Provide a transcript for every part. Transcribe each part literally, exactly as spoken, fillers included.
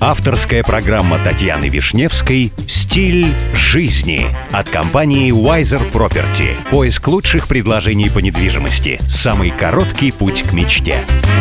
Авторская программа Татьяны Вишневской «Стиль жизни» от компании Wiser Property. Поиск лучших предложений по недвижимости. Самый короткий путь к мечте.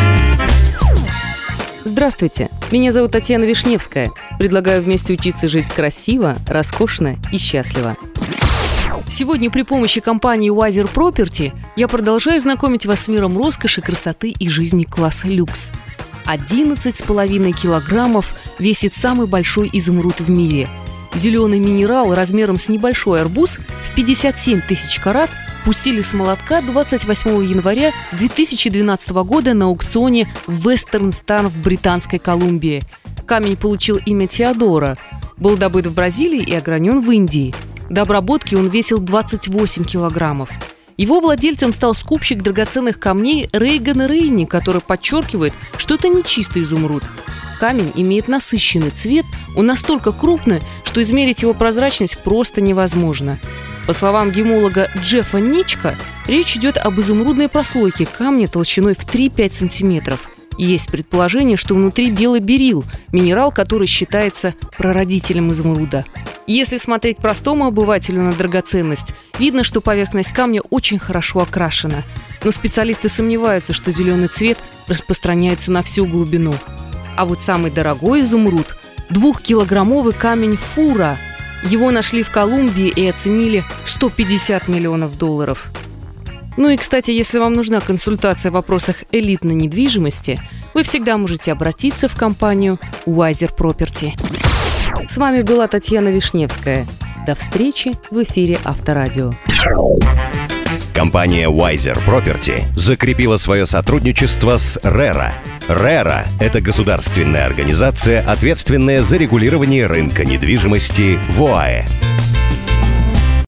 Здравствуйте, меня зовут Татьяна Вишневская. Предлагаю вместе учиться жить красиво, роскошно и счастливо. Сегодня при помощи компании Wiser Property я продолжаю знакомить вас с миром роскоши, красоты и жизни класса люкс. одиннадцать с половиной килограммов весит самый большой изумруд в мире. Зеленый минерал размером с небольшой арбуз в пятьдесят семь тысяч карат пустили с молотка двадцать восьмого января две тысячи двенадцатого года на аукционе в Western Star в Британской Колумбии. Камень получил имя Теодора, был добыт в Бразилии и огранен в Индии. До обработки он весил двадцать восемь килограммов. Его владельцем стал скупщик драгоценных камней Рейган Рейни, который подчеркивает, что это не чистый изумруд. Камень имеет насыщенный цвет, он настолько крупный, что измерить его прозрачность просто невозможно. По словам гемолога Джеффа Ничка, речь идет об изумрудной прослойке камня толщиной в три-пять сантиметров. Есть предположение, что внутри белый берилл, минерал, который считается прародителем изумруда. Если смотреть простому обывателю на драгоценность, видно, что поверхность камня очень хорошо окрашена. Но специалисты сомневаются, что зеленый цвет распространяется на всю глубину. А вот самый дорогой изумруд – двухкилограммовый камень Фура. Его нашли в Колумбии и оценили в сто пятьдесят миллионов долларов. Ну и, кстати, если вам нужна консультация в вопросах элитной недвижимости, вы всегда можете обратиться в компанию Wiser Property. С вами была Татьяна Вишневская. До встречи в эфире Авторадио. Компания Wiser Property закрепила свое сотрудничество с рера. рера – это государственная организация, ответственная за регулирование рынка недвижимости в ОАЭ.